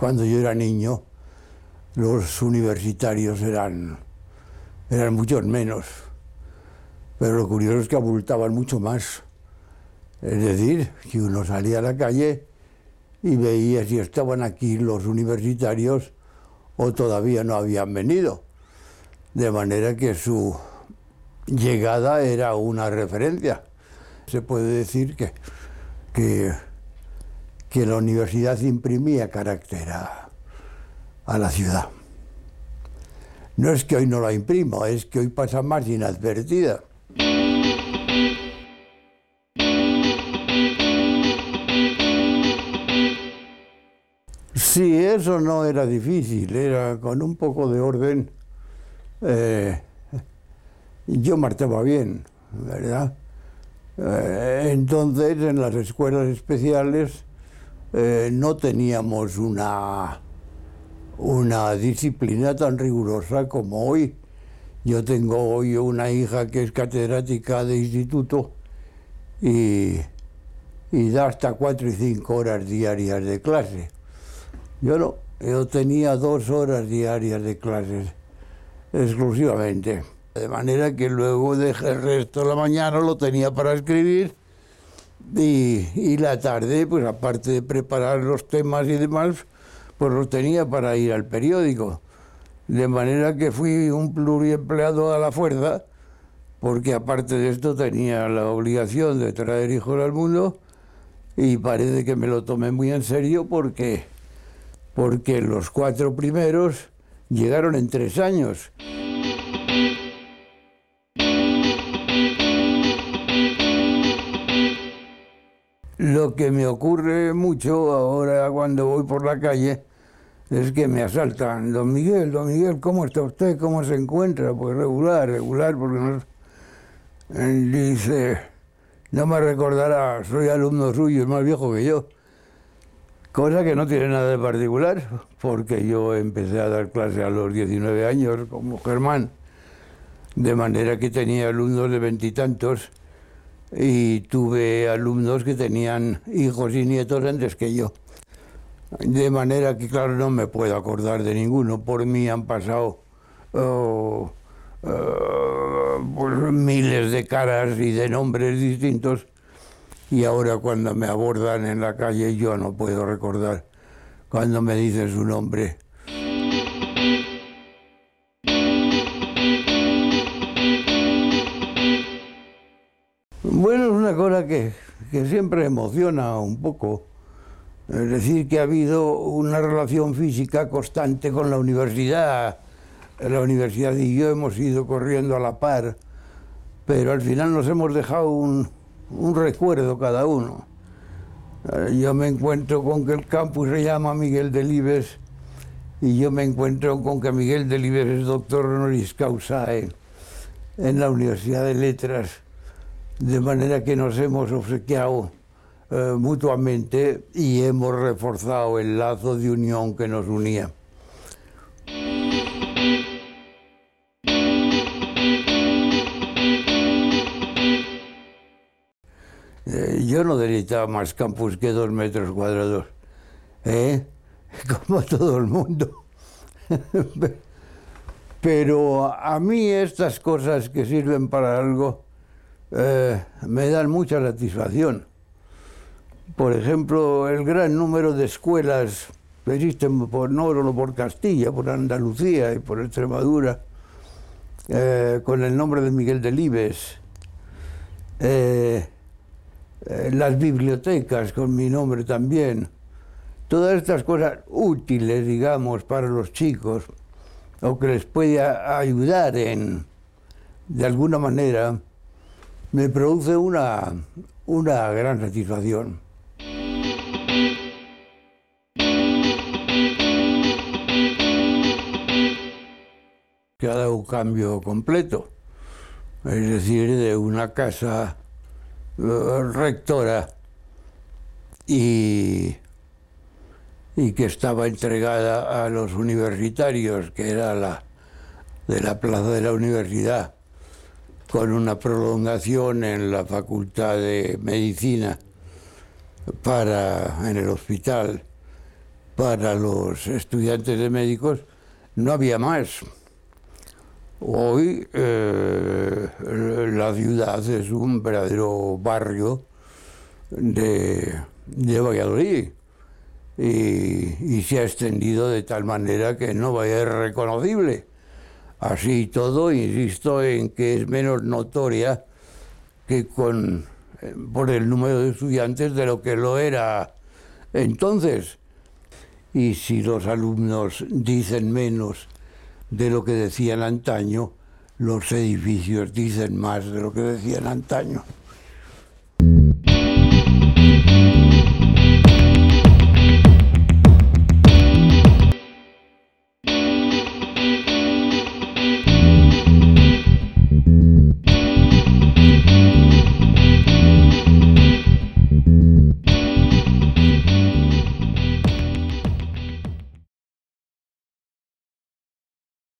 cuando yo era niño, los universitarios eran muchos menos, pero lo curioso es que abultaban mucho más. Es decir, que uno salía a la calle y veía si estaban aquí los universitarios o todavía no habían venido. De manera que su llegada era una referencia. Se puede decir que la universidad imprimía carácter a la ciudad. No es que hoy no la imprima, es que hoy pasa más inadvertida. Sí, eso no era difícil, era con un poco de orden. Yo marchaba bien, ¿verdad? Entonces, en las escuelas especiales no teníamos una disciplina tan rigurosa como hoy. Yo tengo hoy una hija que es catedrática de instituto y da hasta 4 y 5 horas diarias de clase. Yo no, yo tenía 2 horas diarias de clases exclusivamente. De manera que luego dejé el resto de la mañana, lo tenía para escribir y la tarde, pues aparte de preparar los temas y demás, pues los tenía para ir al periódico. De manera que fui un pluriempleado a la fuerza, porque aparte de esto tenía la obligación de traer hijos al mundo y parece que me lo tomé muy en serio porque los 4 primeros llegaron en 3 años. Lo que me ocurre mucho ahora cuando voy por la calle es que me asaltan. Don Miguel, ¿cómo está usted? ¿Cómo se encuentra? Pues regular, porque no... Dice, no me recordará, soy alumno suyo, es más viejo que yo. Cosa que no tiene nada de particular, porque yo empecé a dar clase a los 19 años como Germán, de manera que tenía alumnos de 20 y tantos, y tuve alumnos que tenían hijos y nietos antes que yo. De manera que, claro, no me puedo acordar de ninguno. Por mí han pasado pues, miles de caras y de nombres distintos, y ahora cuando me abordan en la calle yo no puedo recordar cuando me dicen su nombre. Bueno, es una cosa que siempre emociona un poco. Es decir, que ha habido una relación física constante con la universidad. La universidad y yo hemos ido corriendo a la par, pero al final nos hemos dejado un recuerdo cada uno. Yo me encuentro con que el campus se llama Miguel Delibes y yo me encuentro con que Miguel Delibes es doctor honoris causa en la Universidad de Letras, de manera que nos hemos obsequiado mutuamente y hemos reforzado el lazo de unión que nos unía. Yo no necesitaba más campus que 2 metros cuadrados, como todo el mundo. Pero a mí estas cosas que sirven para algo me dan mucha satisfacción. Por ejemplo, el gran número de escuelas que existen no solo por Castilla, por Andalucía y por Extremadura, con el nombre de Miguel Delibes. Las bibliotecas con mi nombre también. Todas estas cosas útiles, digamos, para los chicos, o que les puede ayudar de alguna manera, me produce una gran satisfacción. Que ha dado un cambio completo, es decir, de una casa rectora y que estaba entregada a los universitarios, que era de la plaza de la universidad, con una prolongación en la Facultad de Medicina en el hospital, para los estudiantes de médicos, no había más. Hoy la ciudad es un verdadero barrio de Valladolid y se ha extendido de tal manera que no va a ser reconocible. Así todo, insisto en que es menos notoria que por el número de estudiantes de lo que lo era entonces. Y si los alumnos dicen menos de lo que decían antaño, los edificios dicen más de lo que decían antaño.